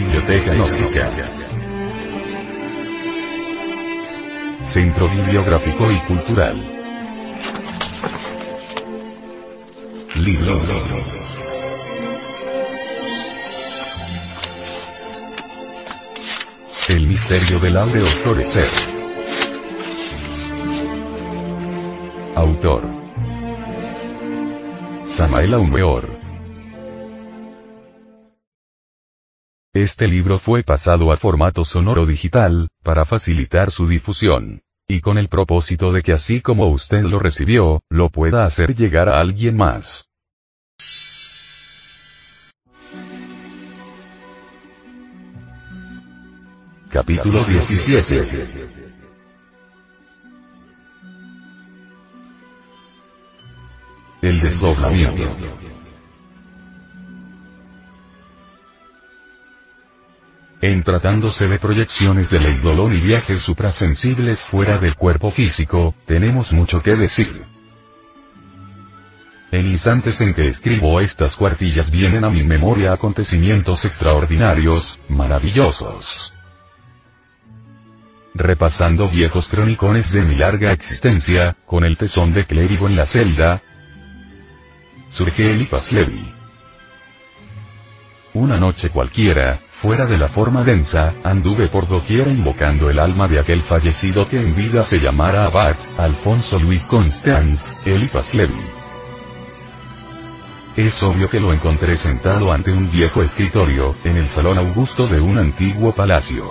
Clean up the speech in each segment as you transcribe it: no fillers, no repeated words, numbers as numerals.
Biblioteca Gnóstica. Centro Bibliográfico y Cultural. Libro. El misterio del áureo florecer. Autor: Samael Aun Weor. Este libro fue pasado a formato sonoro digital, para facilitar su difusión. Y con el propósito de que así como usted lo recibió, lo pueda hacer llegar a alguien más. Capítulo 17. El desdoblamiento. En tratándose de proyecciones del eidolon y viajes suprasensibles fuera del cuerpo físico, tenemos mucho que decir. En instantes en que escribo estas cuartillas vienen a mi memoria acontecimientos extraordinarios, maravillosos. Repasando viejos cronicones de mi larga existencia, con el tesón de clérigo en la celda, surge Eliphas Levi. Una noche cualquiera, fuera de la forma densa, anduve por doquiera invocando el alma de aquel fallecido que en vida se llamara Abad, Alfonso Luis Constance, Eliphas Levi. Es obvio que lo encontré sentado ante un viejo escritorio, en el salón augusto de un antiguo palacio.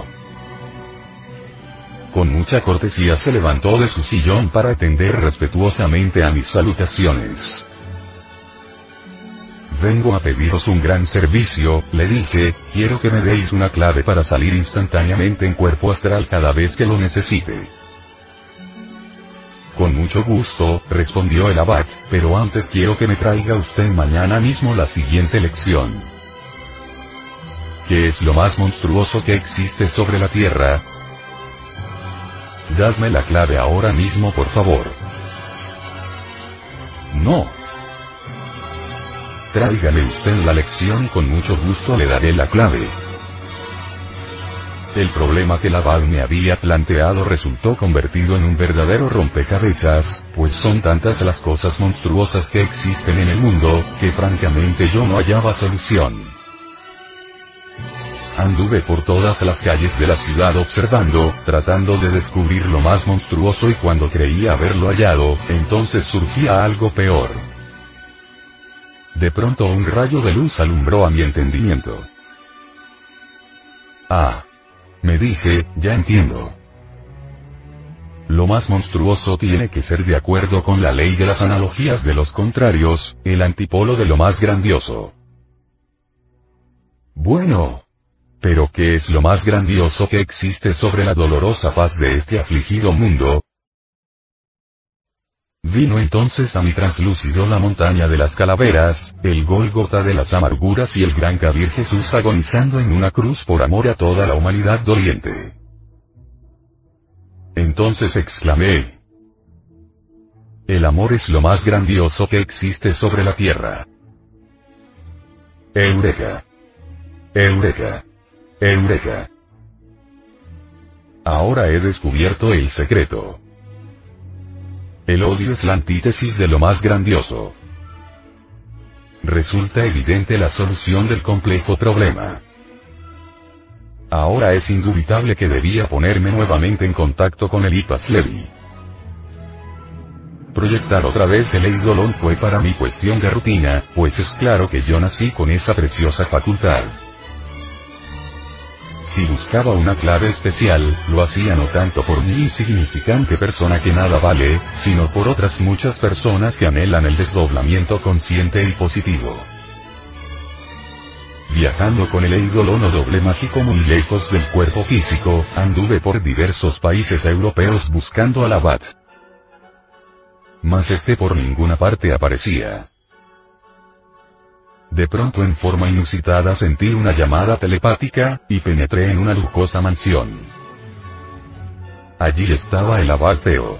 Con mucha cortesía se levantó de su sillón para atender respetuosamente a mis salutaciones. Vengo a pediros un gran servicio, le dije, quiero que me deis una clave para salir instantáneamente en cuerpo astral cada vez que lo necesite. Con mucho gusto, respondió el abad, pero antes quiero que me traiga usted mañana mismo la siguiente lección. ¿Qué es lo más monstruoso que existe sobre la tierra? Dadme la clave ahora mismo, por favor. No. Tráigame usted la lección y con mucho gusto le daré la clave. El problema que el abad me había planteado resultó convertido en un verdadero rompecabezas, pues son tantas las cosas monstruosas que existen en el mundo, que francamente yo no hallaba solución. Anduve por todas las calles de la ciudad observando, tratando de descubrir lo más monstruoso y cuando creía haberlo hallado, entonces surgía algo peor. De pronto un rayo de luz alumbró a mi entendimiento. Ah. Me dije, ya entiendo. Lo más monstruoso tiene que ser de acuerdo con la ley de las analogías de los contrarios, el antipolo de lo más grandioso. Bueno. ¿Pero qué es lo más grandioso que existe sobre la dolorosa faz de este afligido mundo? Vino entonces a mi translúcido la montaña de las calaveras, el Gólgota de las amarguras y el gran Kabir Jesús agonizando en una cruz por amor a toda la humanidad doliente. Entonces exclamé: el amor es lo más grandioso que existe sobre la tierra. Eureka. Eureka. Eureka. Ahora he descubierto el secreto. El odio es la antítesis de lo más grandioso. Resulta evidente la solución del complejo problema. Ahora es indubitable que debía ponerme nuevamente en contacto con Eliphas Levi. Proyectar otra vez el eidolon fue para mí cuestión de rutina, pues es claro que yo nací con esa preciosa facultad. Si buscaba una clave especial, lo hacía no tanto por mi insignificante persona que nada vale, sino por otras muchas personas que anhelan el desdoblamiento consciente y positivo. Viajando con el eidolon o doble mágico muy lejos del cuerpo físico, anduve por diversos países europeos buscando al abad. Mas este por ninguna parte aparecía. De pronto en forma inusitada sentí una llamada telepática, y penetré en una lujosa mansión. Allí estaba el abad Theo.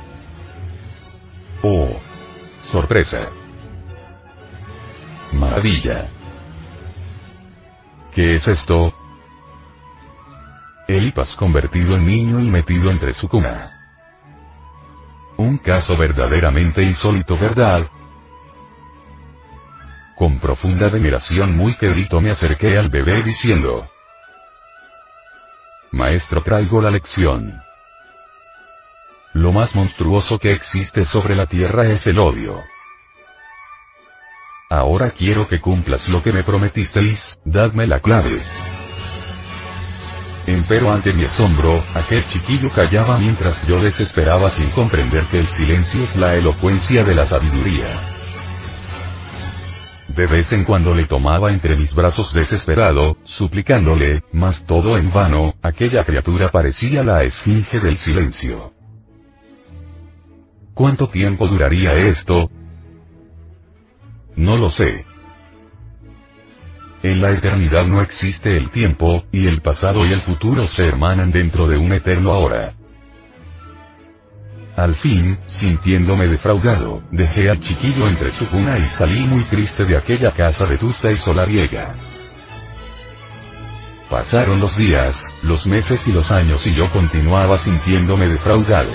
¡Oh! ¡Sorpresa! ¡Maravilla! ¿Qué es esto? Elipas convertido en niño y metido entre su cuna. Un caso verdaderamente insólito, ¿verdad? Con profunda veneración, muy quedito, me acerqué al bebé diciendo: Maestro, traigo la lección. Lo más monstruoso que existe sobre la tierra es el odio. Ahora quiero que cumplas lo que me prometisteis, dadme la clave. Empero ante mi asombro, aquel chiquillo callaba mientras yo desesperaba sin comprender que el silencio es la elocuencia de la sabiduría. De vez en cuando le tomaba entre mis brazos desesperado, suplicándole, mas todo en vano. Aquella criatura parecía la esfinge del silencio. ¿Cuánto tiempo duraría esto? No lo sé. En la eternidad no existe el tiempo, y el pasado y el futuro se hermanan dentro de un eterno ahora. Al fin, sintiéndome defraudado, dejé al chiquillo entre su cuna y salí muy triste de aquella casa vetusta y solariega. Pasaron los días, los meses y los años y yo continuaba sintiéndome defraudado.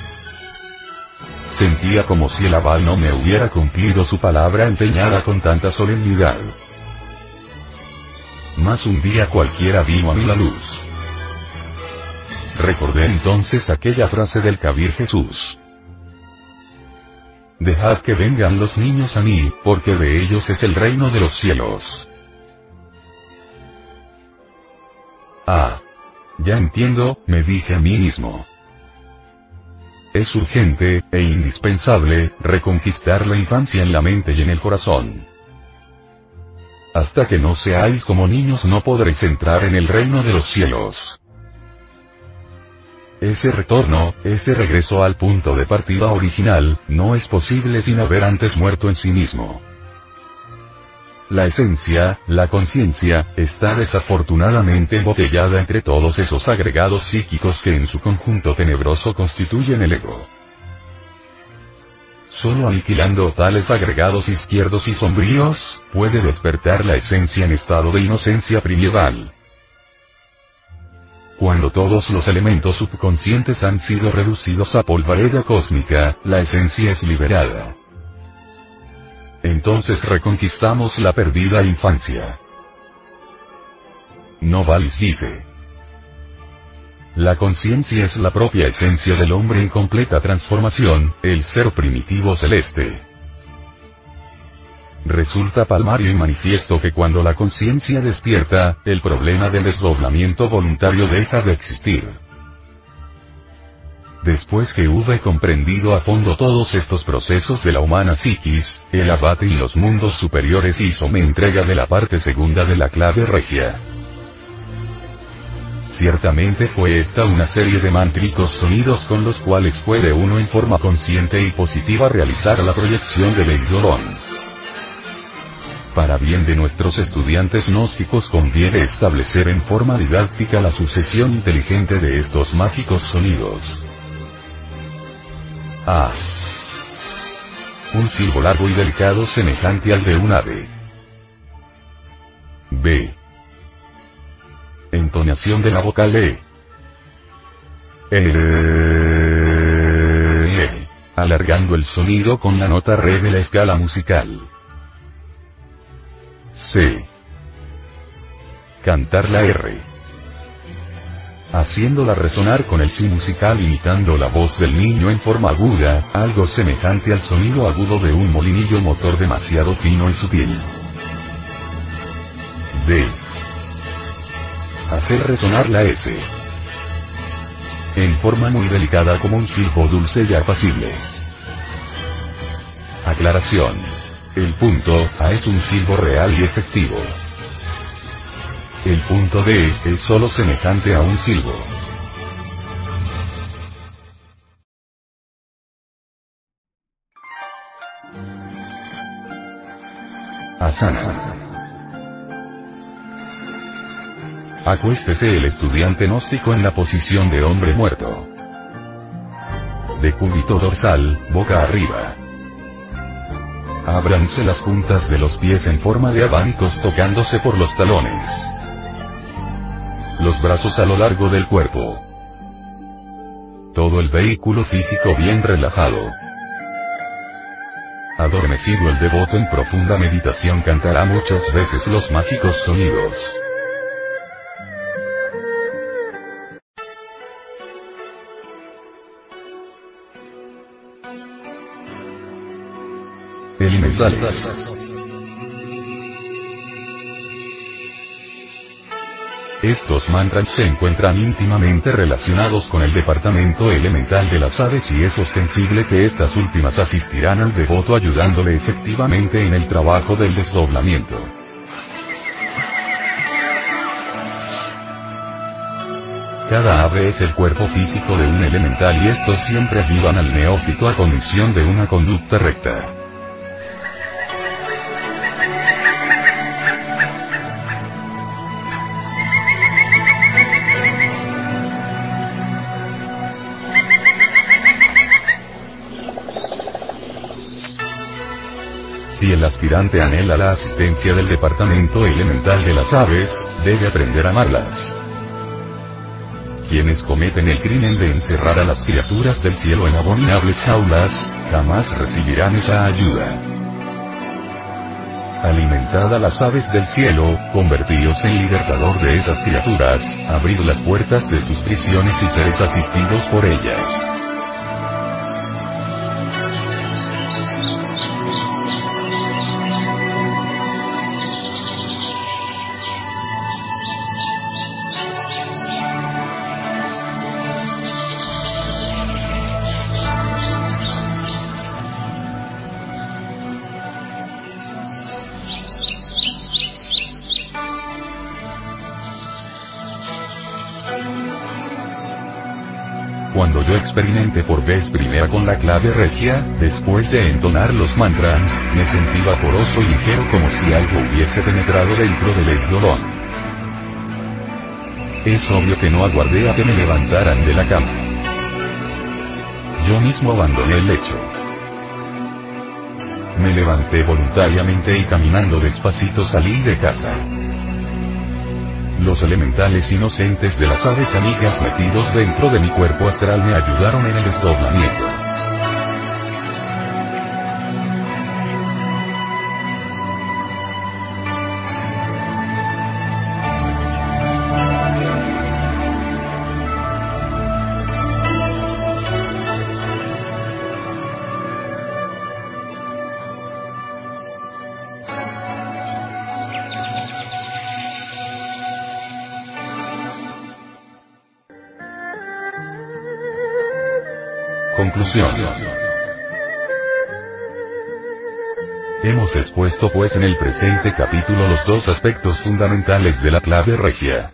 Sentía como si el abad no me hubiera cumplido su palabra empeñada con tanta solemnidad. Mas un día cualquiera vino a mí la luz. Recordé entonces aquella frase del Kabir Jesús: Dejad que vengan los niños a mí, porque de ellos es el reino de los cielos. Ah. Ya entiendo, me dije a mí mismo. Es urgente, e indispensable, reconquistar la infancia en la mente y en el corazón. Hasta que no seáis como niños no podréis entrar en el reino de los cielos. Ese retorno, ese regreso al punto de partida original, no es posible sin haber antes muerto en sí mismo. La esencia, la conciencia, está desafortunadamente embotellada entre todos esos agregados psíquicos que en su conjunto tenebroso constituyen el ego. Solo aniquilando tales agregados izquierdos y sombríos, puede despertar la esencia en estado de inocencia primeval. Cuando todos los elementos subconscientes han sido reducidos a polvareda cósmica, la esencia es liberada. Entonces reconquistamos la perdida infancia. Novalis dice: la conciencia es la propia esencia del hombre en completa transformación, el ser primitivo celeste. Resulta palmario y manifiesto que cuando la conciencia despierta, el problema del desdoblamiento voluntario deja de existir. Después que hube comprendido a fondo todos estos procesos de la humana psiquis, el abate en los mundos superiores hízome entrega de la parte segunda de la clave regia. Ciertamente fue esta una serie de mántricos sonidos con los cuales puede uno en forma consciente y positiva realizar la proyección del Eidolon. Para bien de nuestros estudiantes gnósticos conviene establecer en forma didáctica la sucesión inteligente de estos mágicos sonidos. A. Un silbo largo y delicado semejante al de un ave. B. Entonación de la vocal E. Alargando el sonido con la nota re de la escala musical. C. Cantar la R. Haciéndola resonar con el si musical imitando la voz del niño en forma aguda, algo semejante al sonido agudo de un molinillo motor demasiado fino y sutil. D. Hacer resonar la S. En forma muy delicada como un silbo dulce y apacible. Aclaración. El punto A es un silbo real y efectivo. El punto D es solo semejante a un silbo. Asana. Acuéstese el estudiante gnóstico en la posición de hombre muerto. Decúbito dorsal, boca arriba. Ábranse las puntas de los pies en forma de abanicos tocándose por los talones. los brazos a lo largo del cuerpo. Todo el vehículo físico bien relajado. Adormecido, el devoto en profunda meditación cantará muchas veces los mágicos sonidos. Elementales. Estos mantras se encuentran íntimamente relacionados con el departamento elemental de las aves y es ostensible que estas últimas asistirán al devoto ayudándole efectivamente en el trabajo del desdoblamiento. Cada ave es el cuerpo físico de un elemental y estos siempre ayudan al neófito a condición de una conducta recta. Si el aspirante anhela la asistencia del departamento elemental de las aves, debe aprender a amarlas. Quienes cometen el crimen de encerrar a las criaturas del cielo en abominables jaulas, jamás recibirán esa ayuda. Alimentad a las aves del cielo, convertíos en libertador de esas criaturas, abrid las puertas de sus prisiones y seréis asistidos por ellas. Cuando yo experimenté por vez primera con la clave regia, después de entonar los mantras, me sentí vaporoso y ligero como si algo hubiese penetrado dentro del eidolon. Es obvio que no aguardé a que me levantaran de la cama. Yo mismo abandoné el lecho. Me levanté voluntariamente y caminando despacito salí de casa. Los elementales inocentes de las aves amigas metidos dentro de mi cuerpo astral me ayudaron en el desdoblamiento. Conclusión. Hemos expuesto pues en el presente capítulo los dos aspectos fundamentales de la clave regia.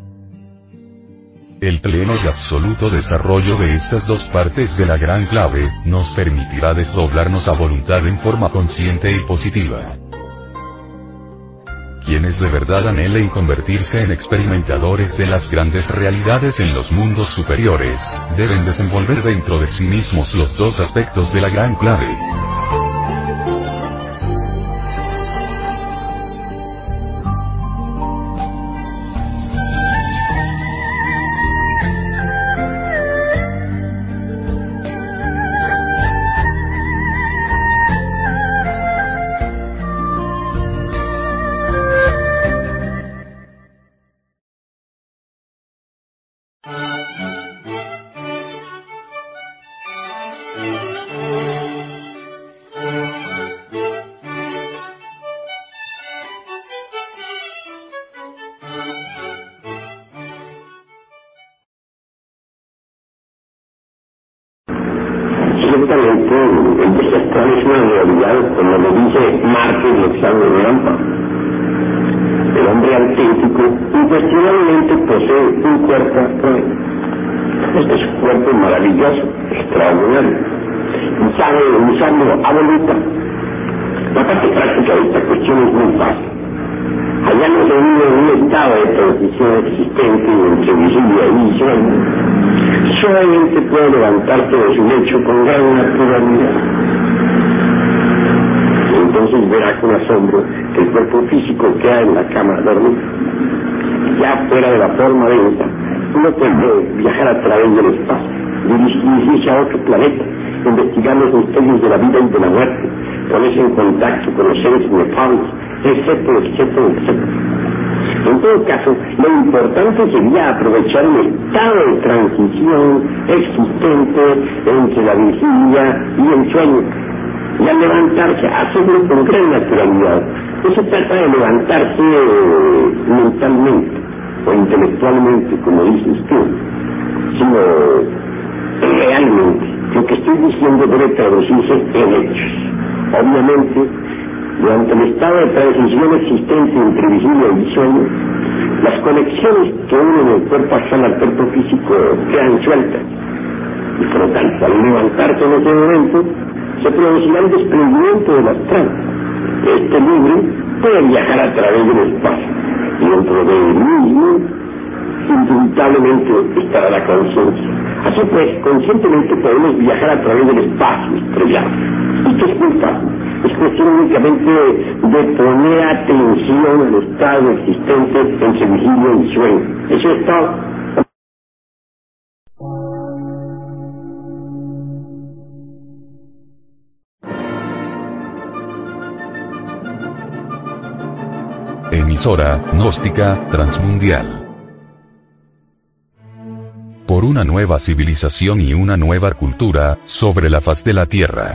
El pleno y absoluto desarrollo de estas dos partes de la gran clave, nos permitirá desdoblarnos a voluntad en forma consciente y positiva. Quienes de verdad anhelen convertirse en experimentadores de las grandes realidades en los mundos superiores, deben desenvolver dentro de sí mismos los dos aspectos de la gran clave. Ciertamente, el perceptual es una realidad, como lo dice Marte en el examen de Lampa. El hombre auténtico incuestionablemente posee un cuerpo astral. Este es un cuerpo maravilloso, extraordinario, y sabe usarlo a voluntad. La parte práctica de esta cuestión es muy fácil. Hayamos en un estado de transición existente entre vigilia y sueño, solamente puede levantarte de su lecho con gran naturalidad. Entonces verá con asombro que el cuerpo físico queda en la cama dormida. ya fuera de la forma densa, uno puede viajar a través del espacio, dirigirse a otro planeta, investigar los misterios de la vida y de la muerte, ponerse en contacto con los seres inefables, etcétera, etcétera, etcétera. En todo caso, lo importante sería aprovechar el estado de transición existente entre la vigilia y el sueño, y al levantarse, hacerlo con gran naturalidad. No se trata de levantarse mentalmente o intelectualmente, como dice usted, sino realmente. Lo que estoy diciendo debe traducirse en hechos. Obviamente, durante el estado de transición existente entre vigilia y sueño, las conexiones que unen el cuerpo astral al cuerpo físico quedan sueltas. Y por lo tanto, al levantarse en ese momento, se producirá el desprendimiento del astral. Este libre puede viajar a través del espacio, y dentro de él mismo, inevitablemente estará la conciencia. Así pues, conscientemente podemos viajar a través del espacio estrellado. Esto es muy fácil. Es cuestión únicamente de poner atención al estado existente entre vigilia y sueño. Eso es todo. Emisora gnóstica transmundial. Por una nueva civilización y una nueva cultura sobre la faz de la Tierra.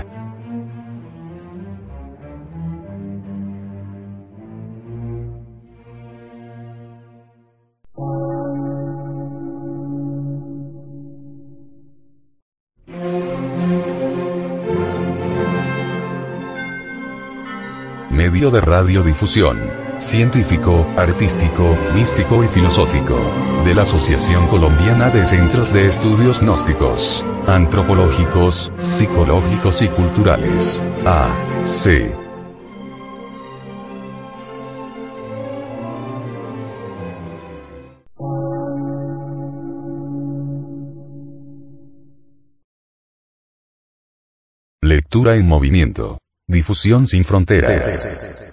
Medio de radiodifusión, científico, artístico, místico y filosófico, de la Asociación Colombiana de Centros de Estudios Gnósticos, Antropológicos, Psicológicos y Culturales, AC. Lectura en movimiento. Difusión sin fronteras.